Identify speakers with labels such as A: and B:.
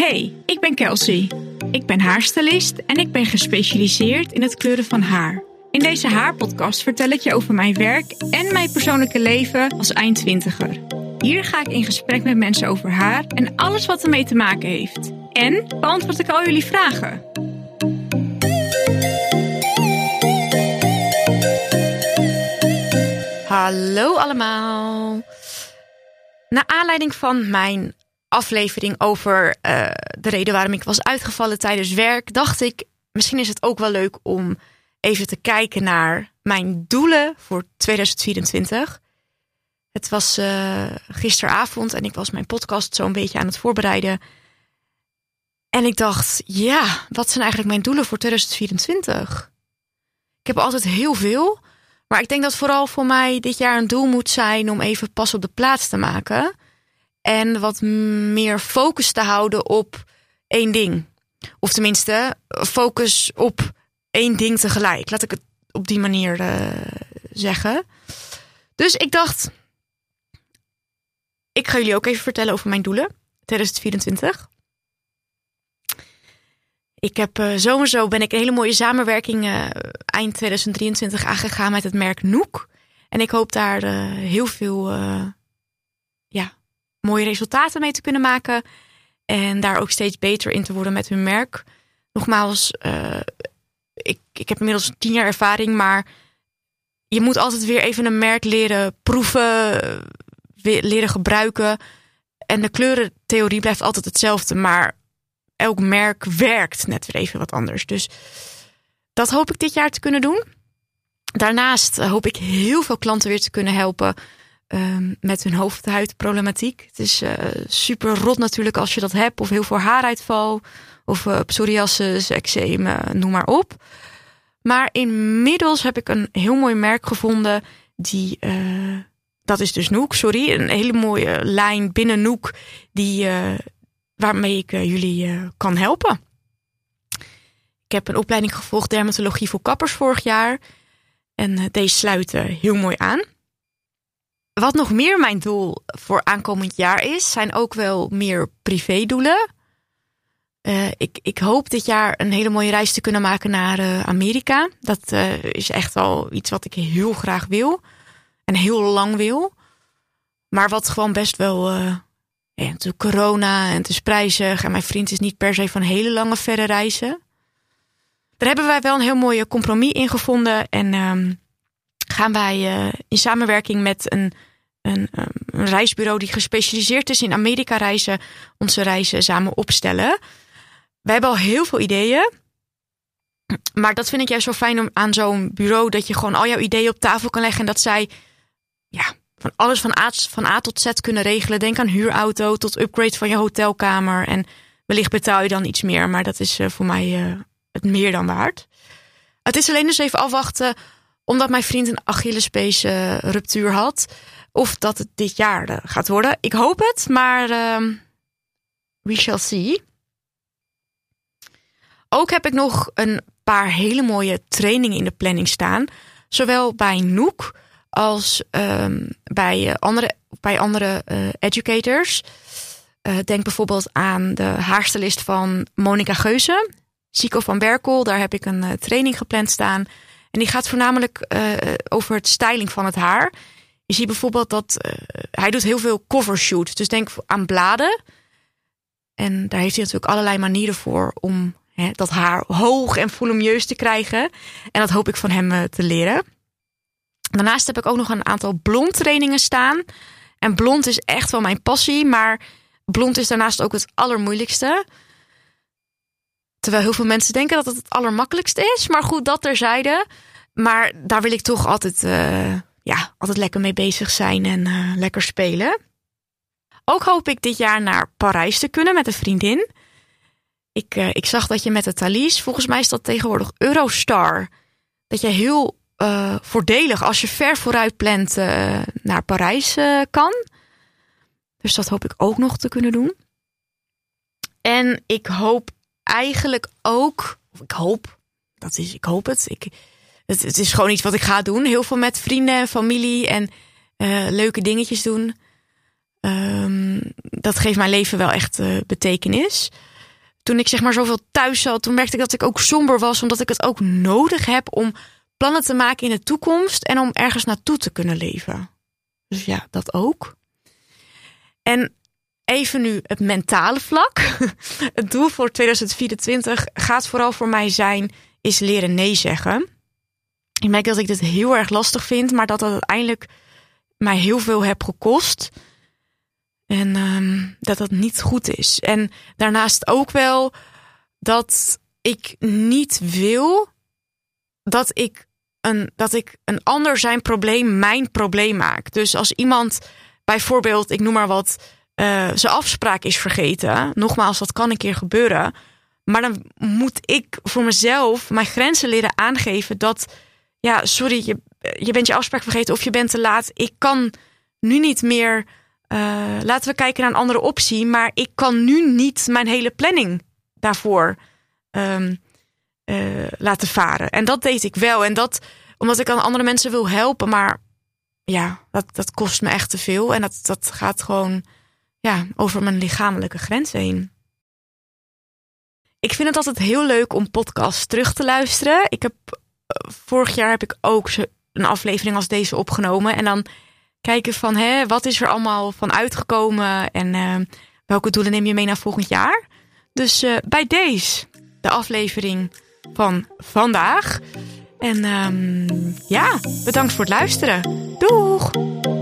A: Hey, ik ben Kelsey. Ik ben haarstylist en ik ben gespecialiseerd in het kleuren van haar. In deze haarpodcast vertel ik je over mijn werk en mijn persoonlijke leven als eindtwintiger. Hier ga ik in gesprek met mensen over haar en alles wat ermee te maken heeft. En beantwoord ik al jullie vragen. Hallo allemaal. Naar aanleiding van mijn aflevering over de reden waarom ik was uitgevallen tijdens werk, dacht ik, misschien is het ook wel leuk om even te kijken naar mijn doelen voor 2024. Het was gisteravond en ik was mijn podcast zo een beetje aan het voorbereiden. En ik dacht, ja, wat zijn eigenlijk mijn doelen voor 2024? Ik heb altijd heel veel, maar ik denk dat vooral voor mij dit jaar een doel moet zijn om even pas op de plaats te maken. En wat meer focus te houden op één ding. Of tenminste, focus op één ding tegelijk. Laat ik het op die manier zeggen. Dus ik dacht, ik ga jullie ook even vertellen over mijn doelen 2024. Ik heb sowieso ben ik een hele mooie samenwerking eind 2023 aangegaan met het merk Nook. En ik hoop daar heel veel mooie resultaten mee te kunnen maken. En daar ook steeds beter in te worden met hun merk. Nogmaals, ik heb inmiddels 10 jaar ervaring, maar je moet altijd weer even een merk leren proeven, leren gebruiken. En de kleurentheorie blijft altijd hetzelfde, maar elk merk werkt net weer even wat anders. Dus dat hoop ik dit jaar te kunnen doen. Daarnaast hoop ik heel veel klanten weer te kunnen helpen met hun hoofdhuidproblematiek. Het is super rot natuurlijk als je dat hebt, of heel veel haaruitval, of psoriasis, eczeem, noem maar op. Maar inmiddels heb ik een heel mooi merk gevonden die, dat is dus Nook, een hele mooie lijn binnen Nook waarmee ik jullie kan helpen. Ik heb een opleiding gevolgd dermatologie voor kappers vorig jaar en deze sluiten heel mooi aan. Wat nog meer mijn doel voor aankomend jaar is, zijn ook wel meer privédoelen. Ik hoop dit jaar een hele mooie reis te kunnen maken naar Amerika. Dat is echt al iets wat ik heel graag wil. En heel lang wil. Maar wat gewoon best wel natuurlijk corona en het is prijzig. En mijn vriend is niet per se van hele lange verre reizen. Daar hebben wij wel een heel mooie compromis in gevonden. En gaan wij in samenwerking met een reisbureau die gespecialiseerd is in Amerika reizen, onze reizen samen opstellen. We hebben al heel veel ideeën. Maar dat vind ik juist zo fijn om aan zo'n bureau, dat je gewoon al jouw ideeën op tafel kan leggen en dat zij van alles van A tot Z kunnen regelen. Denk aan huurauto tot upgrade van je hotelkamer. En wellicht betaal je dan iets meer, maar dat is voor mij het meer dan waard. Het is alleen dus even afwachten, omdat mijn vriend een Achillespees ruptuur had, of dat het dit jaar gaat worden. Ik hoop het, maar we shall see. Ook heb ik nog een paar hele mooie trainingen in de planning staan. Zowel bij Nook als bij andere educators. Denk bijvoorbeeld aan de haarstylist van Monica Geuze, Sico van Berkel. Daar heb ik een training gepland staan. En die gaat voornamelijk over het styling van het haar. Je ziet bijvoorbeeld dat hij doet heel veel covershoots. Dus denk aan bladen. En daar heeft hij natuurlijk allerlei manieren voor om dat haar hoog en volumineus te krijgen. En dat hoop ik van hem te leren. Daarnaast heb ik ook nog een aantal blond trainingen staan. En blond is echt wel mijn passie. Maar blond is daarnaast ook het allermoeilijkste. Terwijl heel veel mensen denken dat het het allermakkelijkste is. Maar goed, dat terzijde. Maar daar wil ik toch altijd lekker mee bezig zijn en lekker spelen. Ook hoop ik dit jaar naar Parijs te kunnen met een vriendin. Ik zag dat je met de Thalys, volgens mij is dat tegenwoordig Eurostar, dat je heel voordelig, als je ver vooruit plant, naar Parijs kan. Dus dat hoop ik ook nog te kunnen doen. En ik hoop eigenlijk ook, ik hoop het. Het is gewoon iets wat ik ga doen. Heel veel met vrienden en familie en leuke dingetjes doen. Dat geeft mijn leven wel echt betekenis. toen ik zeg maar zoveel thuis zat, toen merkte ik dat ik ook somber was, omdat ik het ook nodig heb om plannen te maken in de toekomst en om ergens naartoe te kunnen leven. Dus ja, dat ook. En even nu het mentale vlak. Het doel voor 2024 gaat vooral voor mij zijn, is leren nee zeggen. Ik merk dat ik dit heel erg lastig vind, maar dat het uiteindelijk mij heel veel heb gekost. En dat niet goed is. En daarnaast ook wel dat ik niet wil dat ik een ander zijn probleem mijn probleem maak. Dus als iemand bijvoorbeeld, ik noem maar wat, zijn afspraak is vergeten. Nogmaals, dat kan een keer gebeuren. Maar dan moet ik voor mezelf mijn grenzen leren aangeven dat, ja, sorry, je bent je afspraak vergeten of je bent te laat. Ik kan nu niet meer, laten we kijken naar een andere optie. Maar ik kan nu niet mijn hele planning daarvoor laten varen. En dat deed ik wel. En dat omdat ik aan andere mensen wil helpen. Maar ja, dat kost me echt te veel. En dat gaat gewoon over mijn lichamelijke grens heen. Ik vind het altijd heel leuk om podcasts terug te luisteren. Vorig jaar heb ik ook een aflevering als deze opgenomen. En dan kijken van wat is er allemaal van uitgekomen. En welke doelen neem je mee naar volgend jaar. Dus bij deze de aflevering van vandaag. En bedankt voor het luisteren. Doeg!